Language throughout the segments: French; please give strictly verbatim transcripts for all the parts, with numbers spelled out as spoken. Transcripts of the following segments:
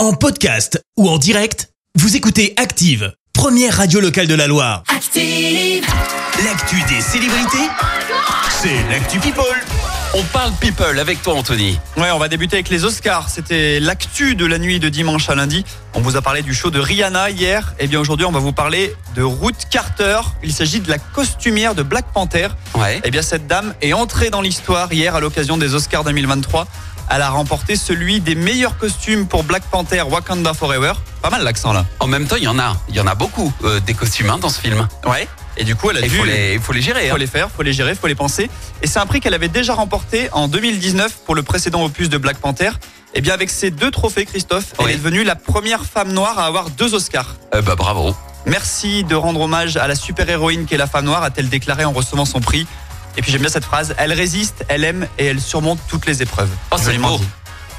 En podcast ou en direct, vous écoutez Active, première radio locale de la Loire. Active! L'actu des célébrités, c'est l'actu People. On parle people avec toi, Anthony. Ouais, on va débuter avec les Oscars. C'était l'actu de la nuit de dimanche à lundi. On vous a parlé du show de Rihanna hier. Et bien aujourd'hui, on va vous parler de Ruth Carter. Il s'agit de la costumière de Black Panther. Ouais. Et bien cette dame est entrée dans l'histoire hier à l'occasion des Oscars deux mille vingt-trois. Elle a remporté celui des meilleurs costumes pour Black Panther Wakanda Forever. Pas mal l'accent là. En même temps, il y en a, il y en a beaucoup euh, des costumes hein, dans ce film. Ouais. Et du coup, elle a Il dû... faut les, il faut les gérer. faut Hein. les faire, faut les gérer, faut les penser. Et c'est un prix qu'elle avait déjà remporté en deux mille dix-neuf pour le précédent opus de Black Panther. Et bien avec ces deux trophées, Christophe, elle Oui. est devenue la première femme noire à avoir deux Oscars. Euh, bah bravo. Merci de rendre hommage à la super-héroïne qu'est la femme noire, a-t-elle déclaré en recevant son prix. Et puis j'aime bien cette phrase, elle résiste, elle aime et elle surmonte toutes les épreuves. Oh, c'est Joliment beau. dit.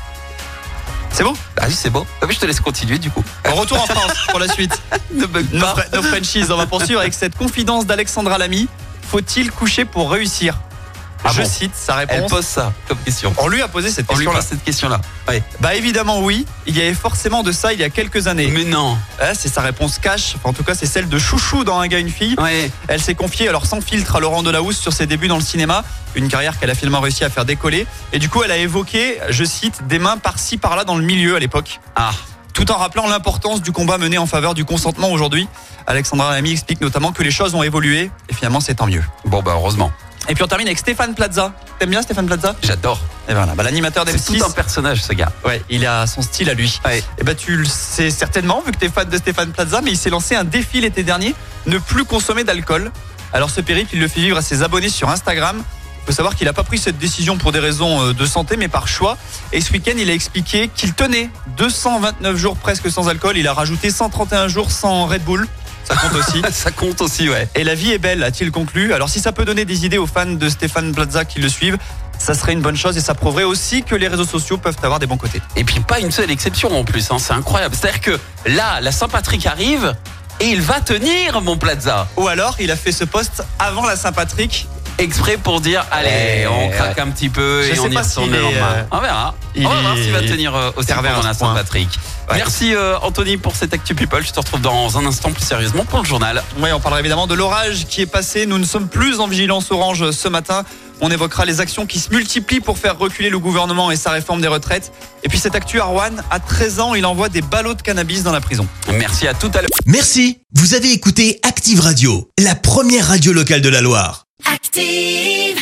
C'est beau. Ah oui, c'est beau. Ah oui, je te laisse continuer du coup. On retourne en France pour la suite. Ne bug Nos, pas. Fre- nos Frenchies, on va poursuivre avec cette confidence d'Alexandra Lamy. Faut-il coucher pour réussir? Ah Je bon cite sa Elle réponse. pose ça comme question. On lui a posé cette On lui question-là. pose cette question-là. Ouais. Bah évidemment oui, il y avait forcément de ça il y a quelques années. Mais non. Ouais, c'est sa réponse cash, enfin, en tout cas c'est celle de Chouchou dans Un gars, une fille. Ouais. Elle s'est confiée alors sans filtre à Laurent Delahousse sur ses débuts dans le cinéma, une carrière qu'elle a finalement réussi à faire décoller. Et du coup elle a évoqué, je cite, des mains par-ci par-là dans le milieu à l'époque. Ah. Tout en rappelant l'importance du combat mené en faveur du consentement aujourd'hui. Alexandra Lamy explique notamment que les choses ont évolué et finalement c'est tant mieux. Bon bah heureusement. Et puis on termine avec Stéphane Plaza. T'aimes bien Stéphane Plaza? J'adore. Et voilà, bah, l'animateur d'M C'est six. tout un personnage ce gars. Ouais, il a son style à lui. Ouais. Et bah tu le sais certainement vu que t'es fan de Stéphane Plaza, mais il s'est lancé un défi l'été dernier, ne plus consommer d'alcool. Alors ce périple, il le fait vivre à ses abonnés sur Instagram. Il faut savoir qu'il n'a pas pris cette décision pour des raisons de santé, mais par choix. Et ce week-end, il a expliqué qu'il tenait deux cent vingt-neuf jours presque sans alcool. Il a rajouté cent trente et un jours sans Red Bull. Ça compte aussi. Ça compte aussi, ouais. Et la vie est belle, a-t-il conclu. Alors si ça peut donner des idées aux fans de Stéphane Plaza qui le suivent, ça serait une bonne chose et ça prouverait aussi que les réseaux sociaux peuvent avoir des bons côtés. Et puis pas une seule exception en plus, hein. C'est incroyable. C'est-à-dire que là, la Saint-Patrick arrive et il va tenir mon Plaza. Ou alors, il a fait ce post avant la Saint-Patrick. Exprès pour dire, allez, Ouais, on craque un petit peu Je et sais on y pas retourne s'il le est, lendemain. euh, On verra. il On va voir est s'il va tenir euh, aussi pervers pendant à la ce point. Saint-Patrick. Ouais. Merci euh, Anthony pour cette Actu People. Je te retrouve dans un instant plus sérieusement pour le journal. Oui, on parlera évidemment de l'orage qui est passé. Nous ne sommes plus en vigilance orange ce matin. On évoquera les actions qui se multiplient pour faire reculer le gouvernement et sa réforme des retraites. Et puis cette actu, Arwan, à treize ans, il envoie des ballots de cannabis dans la prison. Merci à tout à l'heure. Merci, vous avez écouté Active Radio, la première radio locale de la Loire. Active!